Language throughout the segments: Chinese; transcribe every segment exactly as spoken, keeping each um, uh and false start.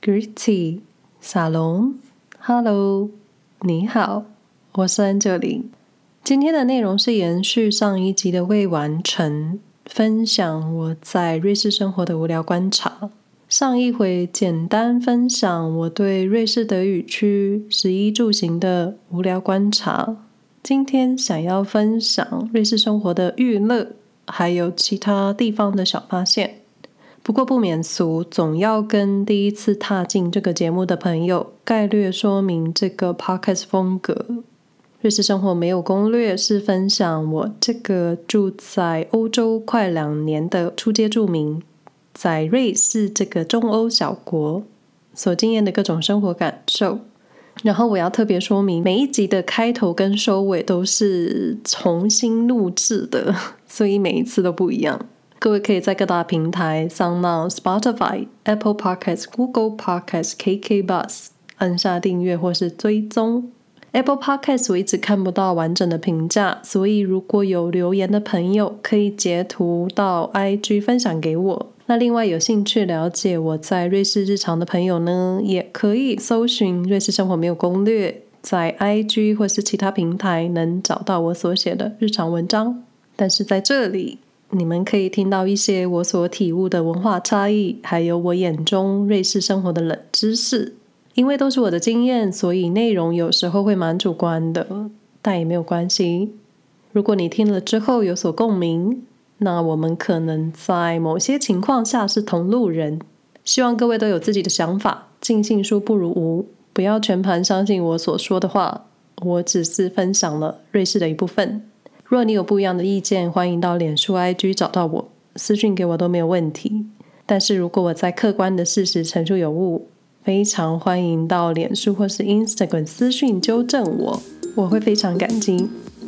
Grüezi, Salom, Hello, 你好，我是安哲林。今天的内容是延续上一集的未完成，分享我在瑞士生活的无聊观察。上一回简单分享我对瑞士德语区食衣住行的无聊观察，今天想要分享瑞士生活的娱乐，还有其他地方的小发现。不过不免俗，总要跟第一次踏进这个节目的朋友概略说明这个 podcast 风格。瑞士生活没有攻略是分享我这个住在欧洲快两年的初阶住民，在瑞士这个中欧小国所经验的各种生活感受。然后我要特别说明，每一集的开头跟收尾都是重新录制的，所以每一次都不一样。各位可以在各大平台 SoundCloud、Spotify、Apple Podcasts、Google Podcasts、K K Bus 按下订阅或是追踪。Apple Podcasts 我一直看不到完整的评价，所以如果有留言的朋友可以截图到 I G 分享给我。那另外有兴趣了解我在瑞士日常的朋友呢，也可以搜寻瑞士生活没有攻略，在 I G 或是其他平台能找到我所写的日常文章。但是在这里你们可以听到一些我所体悟的文化差异，还有我眼中瑞士生活的冷知识。因为都是我的经验，所以内容有时候会蛮主观的，但也没有关系。如果你听了之后有所共鸣，那我们可能在某些情况下是同路人。希望各位都有自己的想法，尽信书不如无，不要全盘相信我所说的话，我只是分享了瑞士的一部分。若你有不一样的意见，欢迎到脸书 I G 找到我，私讯给我都没有问题。但是如果我在客观的事实陈述有误，非常欢迎到脸书或是 Instagram 私讯纠正我，我会非常感激。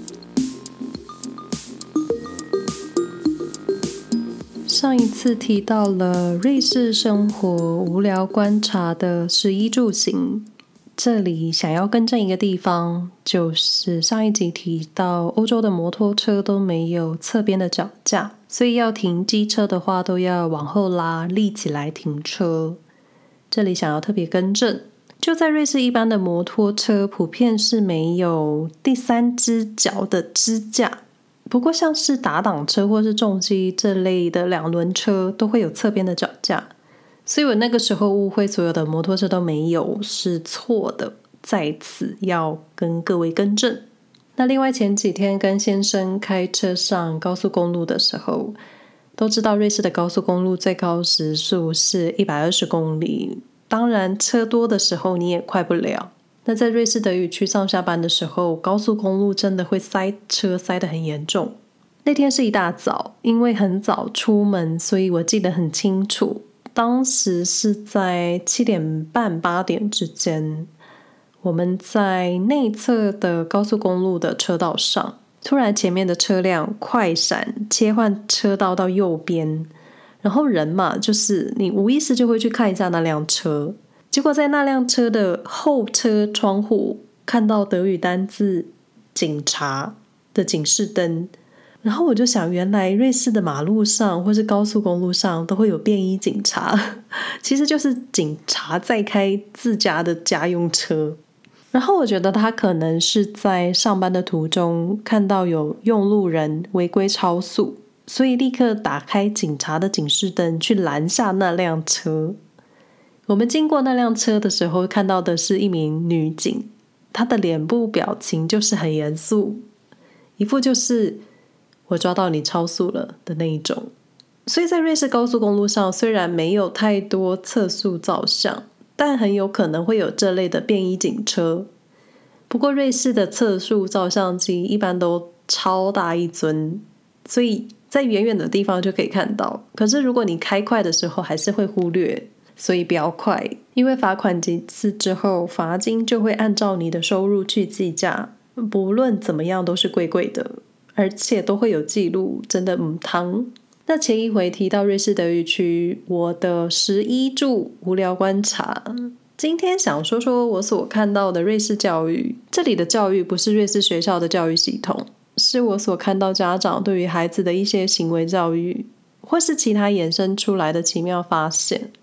上一次提到了瑞士生活无聊观察的食衣住行，这里想要更正一个地方，就是上一集提到欧洲的摩托车都没有侧边的脚架，所以要停机车的话都要往后拉，立起来停车。这里想要特别更正，就在瑞士一般的摩托车普遍是没有第三只脚的支架，不过像是打挡车或是重机这类的两轮车都会有侧边的脚架，所以我那个时候误会所有的摩托车都没有是错的，在此要跟各位更正。那另外前几天跟先生开车上高速公路的时候，都知道瑞士的高速公路最高时速是一百二十公里，当然车多的时候你也快不了。那在瑞士德语区上下班的时候，高速公路真的会塞车，塞得很严重。那天是一大早，因为很早出门，所以我记得很清楚，当时是在七点半八点之间，我们在内侧的高速公路的车道上，突然前面的车辆快闪切换车道到右边，然后人嘛，就是你无意识就会去看一下那辆车，结果在那辆车的后车窗户看到德语单字警察的警示灯，然后我就想，原来瑞士的马路上或是高速公路上都会有便衣警察，其实就是警察在开自家的家用车。然后我觉得他可能是在上班的途中看到有用路人违规超速，所以立刻打开警察的警示灯去拦下那辆车。我们经过那辆车的时候，看到的是一名女警，她的脸部表情就是很严肃，一副就是我抓到你超速了的那一种。所以在瑞士高速公路上，虽然没有太多测速照相，但很有可能会有这类的便衣警车。不过瑞士的测速照相机一般都超大一尊，所以在远远的地方就可以看到，可是如果你开快的时候还是会忽略，所以不要快，因为罚款几次之后，罚金就会按照你的收入去计价，不论怎么样都是贵贵的，而且都会有记录，真的唔汤。那前一回提到瑞士德语区，我的食衣住无聊观察，今天想说说我所看到的瑞士教育。这里的教育不是瑞士学校的教育系统，是我所看到家长对于孩子的一些行为教育，或是其他衍生出来的奇妙发现。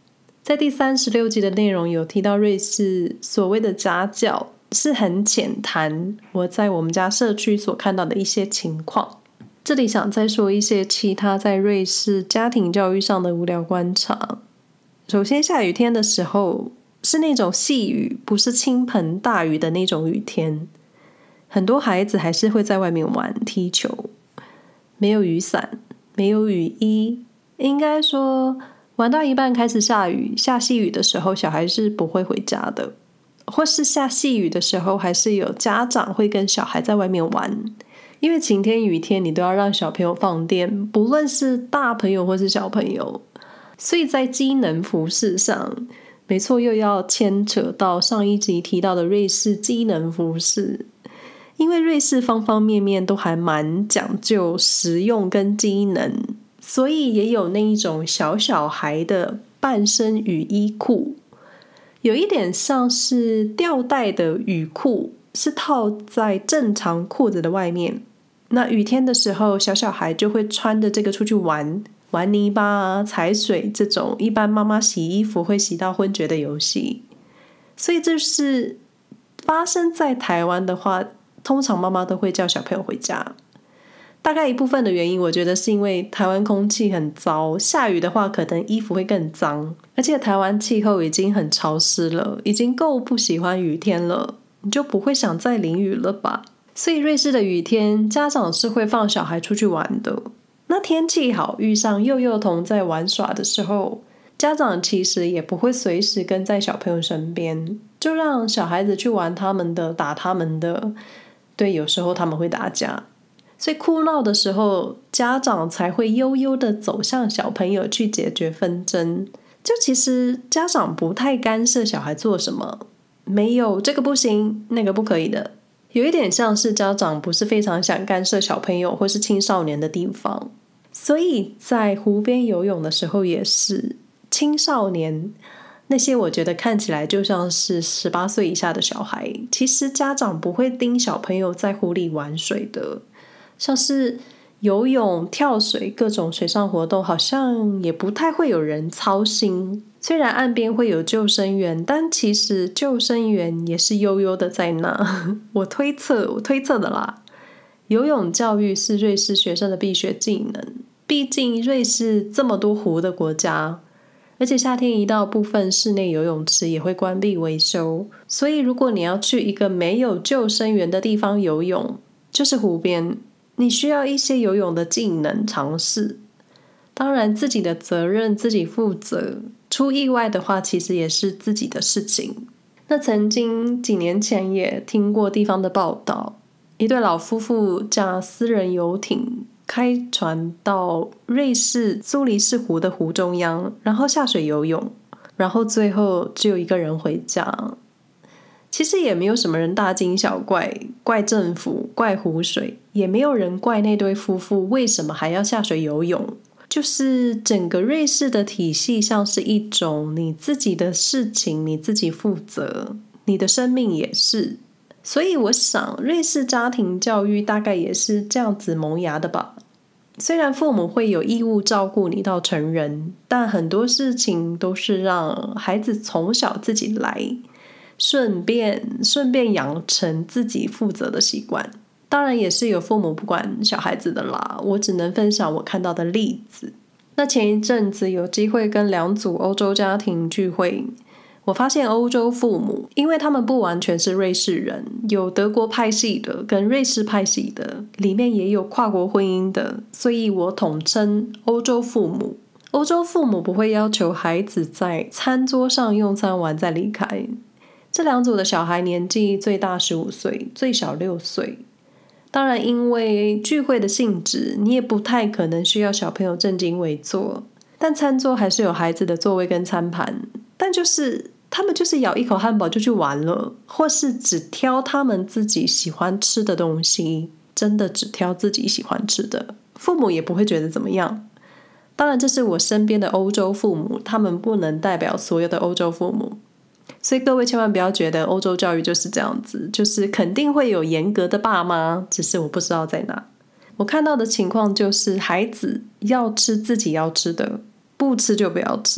在第三十六集的内容有提到瑞士所谓的家教是很浅谈我在我们家社区所看到的一些情况。这里想再说一些其他在瑞士家庭教育上的无聊观察。首先，下雨天的时候是那种细雨，不是倾盆大雨的那种雨天，很多孩子还是会在外面玩踢球，没有雨伞，没有雨衣，应该说玩到一半开始下雨，下细雨的时候小孩是不会回家的，或是下细雨的时候还是有家长会跟小孩在外面玩，因为晴天雨天你都要让小朋友放电，不论是大朋友或是小朋友。所以在机能服饰上，没错，又要牵扯到上一集提到的瑞士机能服饰，因为瑞士方方面面都还蛮讲究实用跟机能，所以也有那一种小小孩的半身雨衣裤，有一点像是吊带的雨裤，是套在正常裤子的外面。那雨天的时候，小小孩就会穿着这个出去玩，玩泥巴啊、踩水这种一般妈妈洗衣服会洗到昏厥的游戏。所以这是发生在台湾的话，通常妈妈都会叫小朋友回家。大概一部分的原因，我觉得是因为台湾空气很糟，下雨的话可能衣服会更脏，而且台湾气候已经很潮湿了，已经够不喜欢雨天了，你就不会想再淋雨了吧。所以瑞士的雨天，家长是会放小孩出去玩的。那天气好，遇上幼幼童在玩耍的时候，家长其实也不会随时跟在小朋友身边，就让小孩子去玩他们的，打他们的。对，有时候他们会打架，所以哭闹的时候，家长才会悠悠的走向小朋友去解决纷争。就其实家长不太干涉小孩做什么，没有这个不行，那个不可以的。有一点像是家长不是非常想干涉小朋友或是青少年的地方。所以在湖边游泳的时候也是，青少年那些我觉得看起来就像是十八岁以下的小孩，其实家长不会盯小朋友在湖里玩水的，像是游泳、跳水各种水上活动好像也不太会有人操心。虽然岸边会有救生员，但其实救生员也是悠悠的在那。我推测我推测的啦，游泳教育是瑞士学生的必学技能，毕竟瑞士这么多湖的国家，而且夏天一到，部分室内游泳池也会关闭维修，所以如果你要去一个没有救生员的地方游泳，就是湖边，你需要一些游泳的技能尝试。当然自己的责任自己负责，出意外的话其实也是自己的事情。那曾经几年前也听过地方的报道，一对老夫妇驾私人游艇开船到瑞士苏黎世湖的湖中央，然后下水游泳，然后最后只有一个人回家。其实也没有什么人大惊小怪，怪政府，怪湖水，也没有人怪那对夫妇为什么还要下水游泳。就是整个瑞士的体系像是一种你自己的事情你自己负责，你的生命也是。所以我想瑞士家庭教育大概也是这样子萌芽的吧。虽然父母会有义务照顾你到成人，但很多事情都是让孩子从小自己来，顺便顺便养成自己负责的习惯。当然也是有父母不管小孩子的啦，我只能分享我看到的例子。那前一阵子有机会跟两组欧洲家庭聚会，我发现欧洲父母，因为他们不完全是瑞士人，有德国派系的跟瑞士派系的，里面也有跨国婚姻的，所以我统称欧洲父母。欧洲父母不会要求孩子在餐桌上用餐完再离开。这两组的小孩年纪最大十五岁，最小六岁。当然因为聚会的性质，你也不太可能需要小朋友正襟危坐，但餐桌还是有孩子的座位跟餐盘，但就是他们就是咬一口汉堡就去玩了，或是只挑他们自己喜欢吃的东西，真的只挑自己喜欢吃的，父母也不会觉得怎么样。当然这是我身边的欧洲父母，他们不能代表所有的欧洲父母，所以各位千万不要觉得欧洲教育就是这样子，就是肯定会有严格的爸妈，只是我不知道在哪。我看到的情况就是孩子要吃自己要吃的，不吃就不要吃，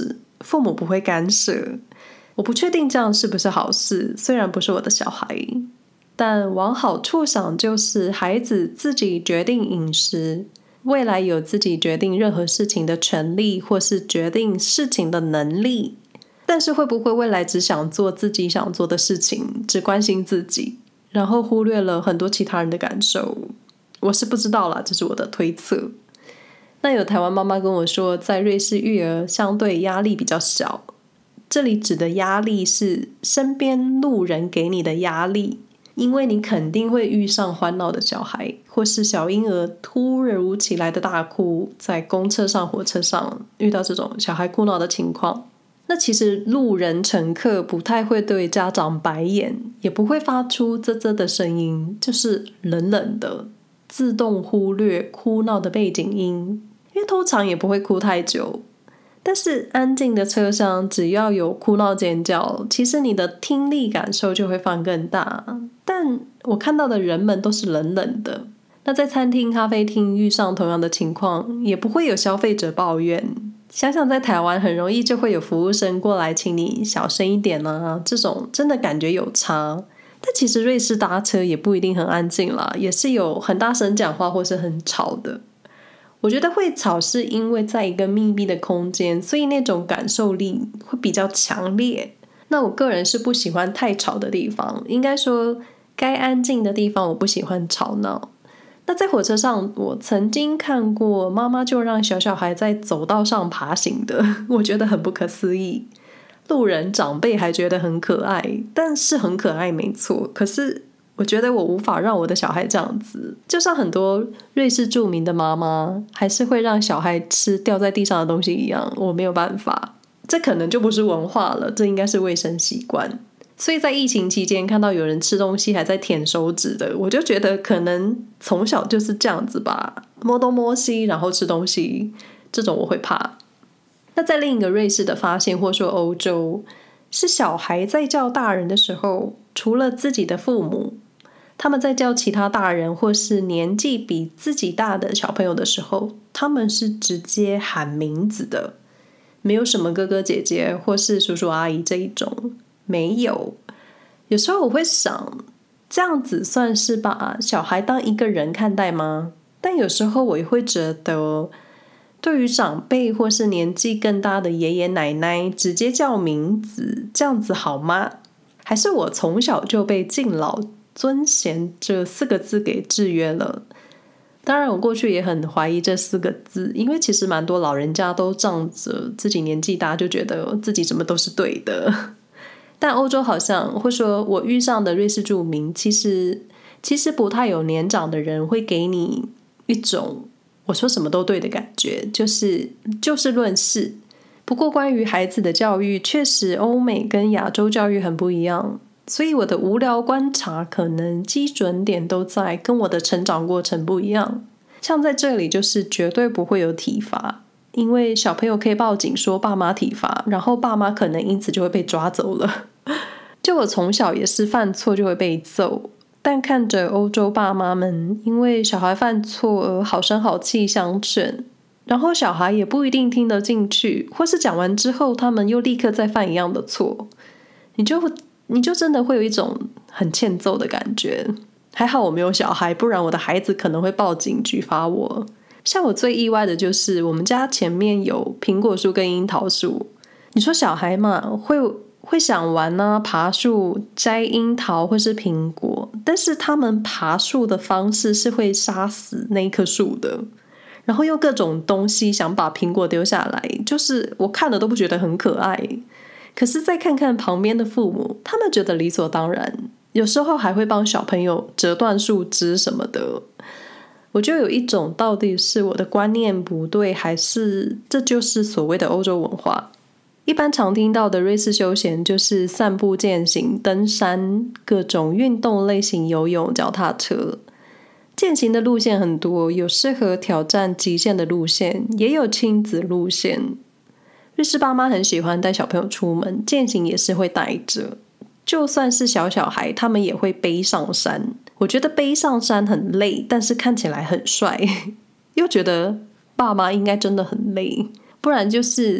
父母不会干涉。我不确定这样是不是好事，虽然不是我的小孩，但往好处想，就是孩子自己决定饮食，未来有自己决定任何事情的权利，或是决定事情的能力。但是会不会未来只想做自己想做的事情，只关心自己，然后忽略了很多其他人的感受，我是不知道啦，这是我的推测。那有台湾妈妈跟我说，在瑞士育儿相对压力比较小，这里指的压力是身边路人给你的压力，因为你肯定会遇上欢闹的小孩，或是小婴儿突如其来的大哭，在公车上火车上遇到这种小孩哭闹的情况。那其实路人乘客不太会对家长白眼，也不会发出啧啧的声音，就是冷冷的自动忽略哭闹的背景音，因为通常也不会哭太久。但是安静的车厢只要有哭闹尖叫，其实你的听力感受就会放更大。但我看到的人们都是冷冷的。那在餐厅咖啡厅遇上同样的情况，也不会有消费者抱怨。想想在台湾很容易就会有服务生过来请你小声一点啊，这种真的感觉有差。但其实瑞士搭车也不一定很安静啦，也是有很大声讲话或是很吵的。我觉得会吵是因为在一个密闭的空间，所以那种感受力会比较强烈。那我个人是不喜欢太吵的地方，应该说该安静的地方我不喜欢吵闹。那在火车上，我曾经看过妈妈就让小小孩在走道上爬行的，我觉得很不可思议。路人长辈还觉得很可爱，但是很可爱没错，可是我觉得我无法让我的小孩这样子。就像很多瑞士著名的妈妈还是会让小孩吃掉在地上的东西一样，我没有办法。这可能就不是文化了，这应该是卫生习惯。所以在疫情期间看到有人吃东西还在舔手指的，我就觉得可能从小就是这样子吧，摸东摸西然后吃东西，这种我会怕。那在另一个瑞士的发现，或说欧洲，是小孩在叫大人的时候，除了自己的父母，他们在叫其他大人或是年纪比自己大的小朋友的时候，他们是直接喊名字的，没有什么哥哥姐姐或是叔叔阿姨这一种，没有。有时候我会想，这样子算是把小孩当一个人看待吗？但有时候我也会觉得，对于长辈或是年纪更大的爷爷奶奶，直接叫名字，这样子好吗？还是我从小就被敬老尊贤这四个字给制约了？当然我过去也很怀疑这四个字，因为其实蛮多老人家都仗着自己年纪大就觉得自己什么都是对的。但欧洲好像会说，我遇上的瑞士住民其实其实不太有年长的人会给你一种我说什么都对的感觉，就是就事论事。不过关于孩子的教育，确实欧美跟亚洲教育很不一样，所以我的无聊观察可能基准点都在跟我的成长过程不一样。像在这里就是绝对不会有体罚，因为小朋友可以报警说爸妈体罚，然后爸妈可能因此就会被抓走了。就我从小也是犯错就会被揍，但看着欧洲爸妈们因为小孩犯错而好声好气相劝，然后小孩也不一定听得进去，或是讲完之后他们又立刻再犯一样的错，你就你就真的会有一种很欠揍的感觉。还好我没有小孩，不然我的孩子可能会报警举发我。像我最意外的就是我们家前面有苹果树跟樱桃树，你说小孩嘛会会想玩啊，爬树摘樱桃或是苹果，但是他们爬树的方式是会杀死那一棵树的，然后用各种东西想把苹果丢下来，就是我看了都不觉得很可爱。可是再看看旁边的父母，他们觉得理所当然，有时候还会帮小朋友折断树枝什么的。我就有一种到底是我的观念不对，还是这就是所谓的欧洲文化。一般常听到的瑞士休闲就是散步健行、登山，各种运动类型，游泳、脚踏车。健行的路线很多，有适合挑战极限的路线，也有亲子路线。瑞士爸妈很喜欢带小朋友出门，健行也是会带着，就算是小小孩他们也会背上山。我觉得背上山很累，但是看起来很帅，又觉得爸妈应该真的很累。不然就是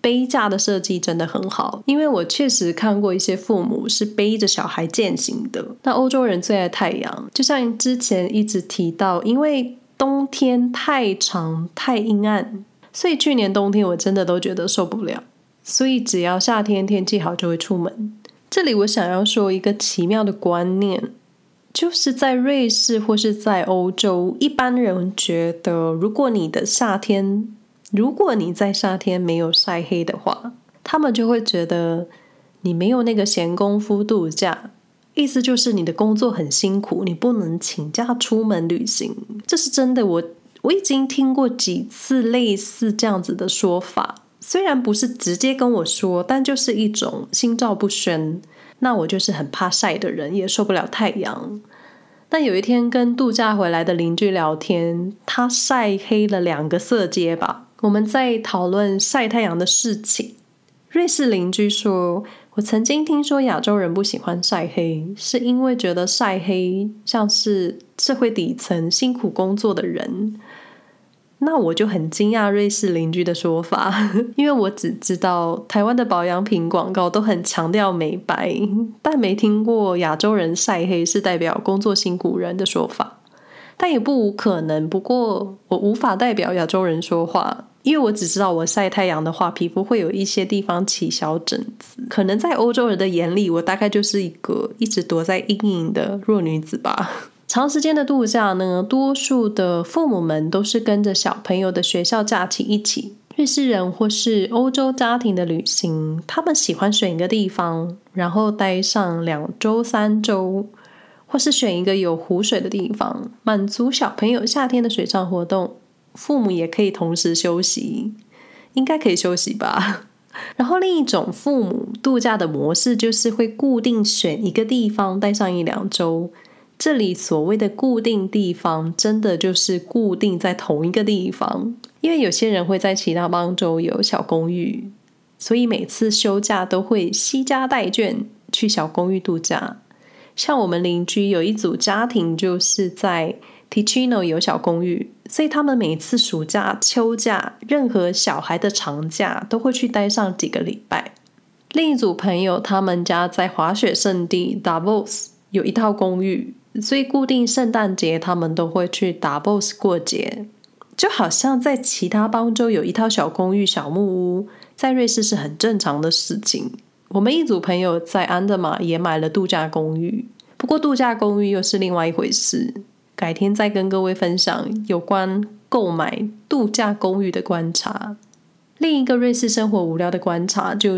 背架的设计真的很好，因为我确实看过一些父母是背着小孩健行的。那欧洲人最爱太阳，就像之前一直提到，因为冬天太长太阴暗，所以去年冬天我真的都觉得受不了，所以只要夏天天气好就会出门。这里我想要说一个奇妙的观念，就是在瑞士或是在欧洲，一般人觉得如果你的夏天如果你在夏天没有晒黑的话，他们就会觉得你没有那个闲工夫度假，意思就是你的工作很辛苦，你不能请假出门旅行。这是真的，我我已经听过几次类似这样子的说法，虽然不是直接跟我说，但就是一种心照不宣。那我就是很怕晒的人，也受不了太阳。但有一天跟度假回来的邻居聊天，他晒黑了两个色阶吧，我们在讨论晒太阳的事情。瑞士邻居说，我曾经听说亚洲人不喜欢晒黑，是因为觉得晒黑像是社会底层辛苦工作的人。那我就很惊讶瑞士邻居的说法，因为我只知道台湾的保养品广告都很强调美白，但没听过亚洲人晒黑是代表工作辛苦人的说法。但也不无可能，不过我无法代表亚洲人说话，因为我只知道我晒太阳的话，皮肤会有一些地方起小疹子，可能在欧洲人的眼里，我大概就是一个一直躲在阴影的弱女子吧。长时间的度假呢，多数的父母们都是跟着小朋友的学校假期一起。瑞士人或是欧洲家庭的旅行，他们喜欢选一个地方，然后待上两周三周，或是选一个有湖水的地方，满足小朋友夏天的水上活动，父母也可以同时休息，应该可以休息吧。然后另一种父母度假的模式就是会固定选一个地方待上一两周，这里所谓的固定地方真的就是固定在同一个地方，因为有些人会在其他邦州有小公寓，所以每次休假都会携家带眷去小公寓度假。像我们邻居有一组家庭就是在 Ticino 有小公寓，所以他们每次暑假、秋假，任何小孩的长假都会去待上几个礼拜。另一组朋友他们家在滑雪胜地 Davos 有一套公寓，所以固定圣诞节他们都会去 Davos 过节，就好像在其他邦州有一套小公寓、小木屋，在瑞士是很正常的事情。我们一组朋友在安德玛也买了度假公寓，不过度假公寓又是另外一回事，改天再跟各位分享有关购买度假公寓的观察。另一个瑞士生活无聊的观察就是，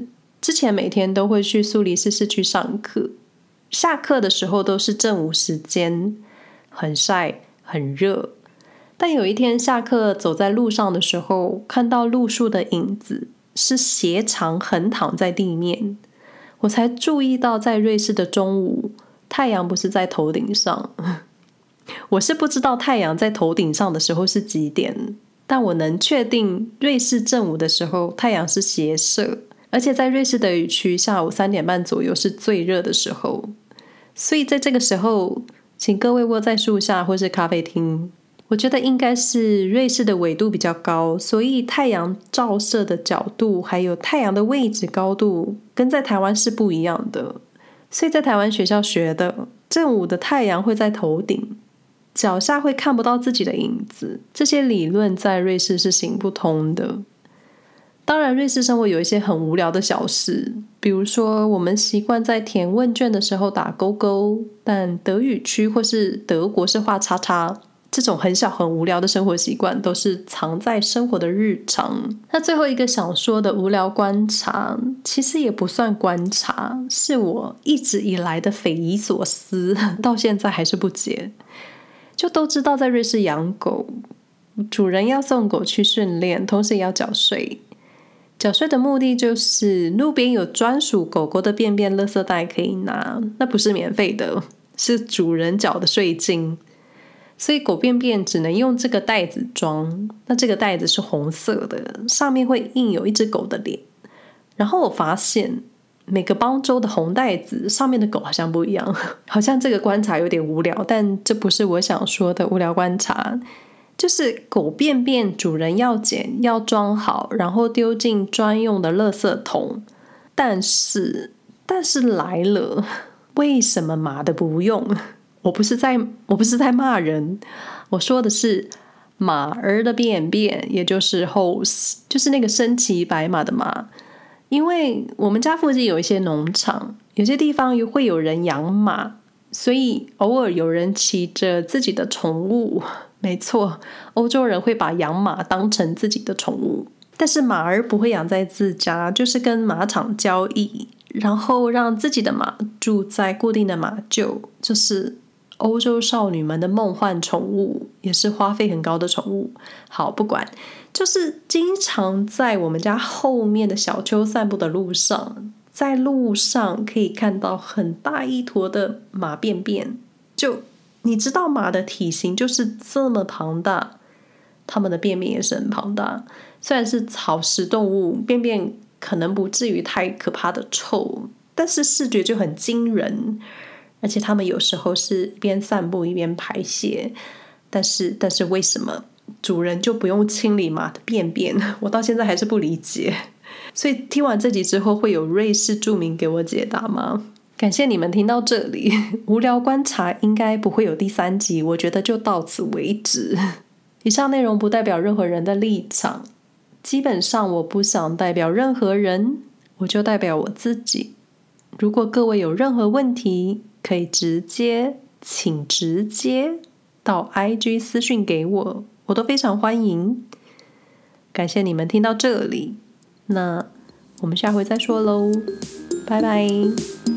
之前每天都会去苏黎世市区上课，下课的时候都是正午时间，很晒很热，但有一天下课走在路上的时候，看到路树的影子是斜长横躺在地面，我才注意到在瑞士的中午，太阳不是在头顶上。我是不知道太阳在头顶上的时候是几点，但我能确定瑞士正午的时候太阳是斜射，而且在瑞士德语区下午三点半左右是最热的时候，所以在这个时候请各位窝在树下或是咖啡厅。我觉得应该是瑞士的纬度比较高，所以太阳照射的角度还有太阳的位置高度跟在台湾是不一样的，所以在台湾学校学的正午的太阳会在头顶，脚下会看不到自己的影子，这些理论在瑞士是行不通的。当然瑞士生活有一些很无聊的小事，比如说我们习惯在填问卷的时候打勾勾，但德语区或是德国是画叉叉，这种很小很无聊的生活习惯都是藏在生活的日常。那最后一个想说的无聊观察，其实也不算观察，是我一直以来的匪夷所思，到现在还是不解。就都知道在瑞士养狗，主人要送狗去训练，同时也要缴税。缴税的目的就是路边有专属狗狗的便便垃圾袋可以拿，那不是免费的，是主人缴的税金，所以狗便便只能用这个袋子装，那这个袋子是红色的，上面会印有一只狗的脸。然后我发现每个邦州的红袋子上面的狗好像不一样，好像这个观察有点无聊，但这不是我想说的无聊观察。 就是狗便便主人要捡，要装好，然后丢进专用的垃圾桶。但是但是来了，为什么马的不用？我不是在我不是在骂人，我说的是马儿的便便，也就是 horse， 就是那个身骑白马的马。因为我们家附近有一些农场，有些地方会有人养马，所以偶尔有人骑着自己的宠物。没错，欧洲人会把养马当成自己的宠物，但是马儿不会养在自家，就是跟马场交易，然后让自己的马住在固定的马厩，就是欧洲少女们的梦幻宠物，也是花费很高的宠物。好，不管，就是经常在我们家后面的小丘散步的路上，在路上可以看到很大一坨的马便便。就你知道马的体型就是这么庞大，它们的便便也是很庞大。虽然是草食动物，便便可能不至于太可怕的臭，但是视觉就很惊人。而且他们有时候是一边散步一边排泄，但是但是为什么主人就不用清理马的便便？我到现在还是不理解。所以听完这集之后，会有瑞士住民给我解答吗？感谢你们听到这里，无聊观察应该不会有第三集，我觉得就到此为止。以上内容不代表任何人的立场，基本上我不想代表任何人，我就代表我自己。如果各位有任何问题，可以直接请直接到 I G 私讯给我，我都非常欢迎。感谢你们听到这里，那我们下回再说咯，拜拜。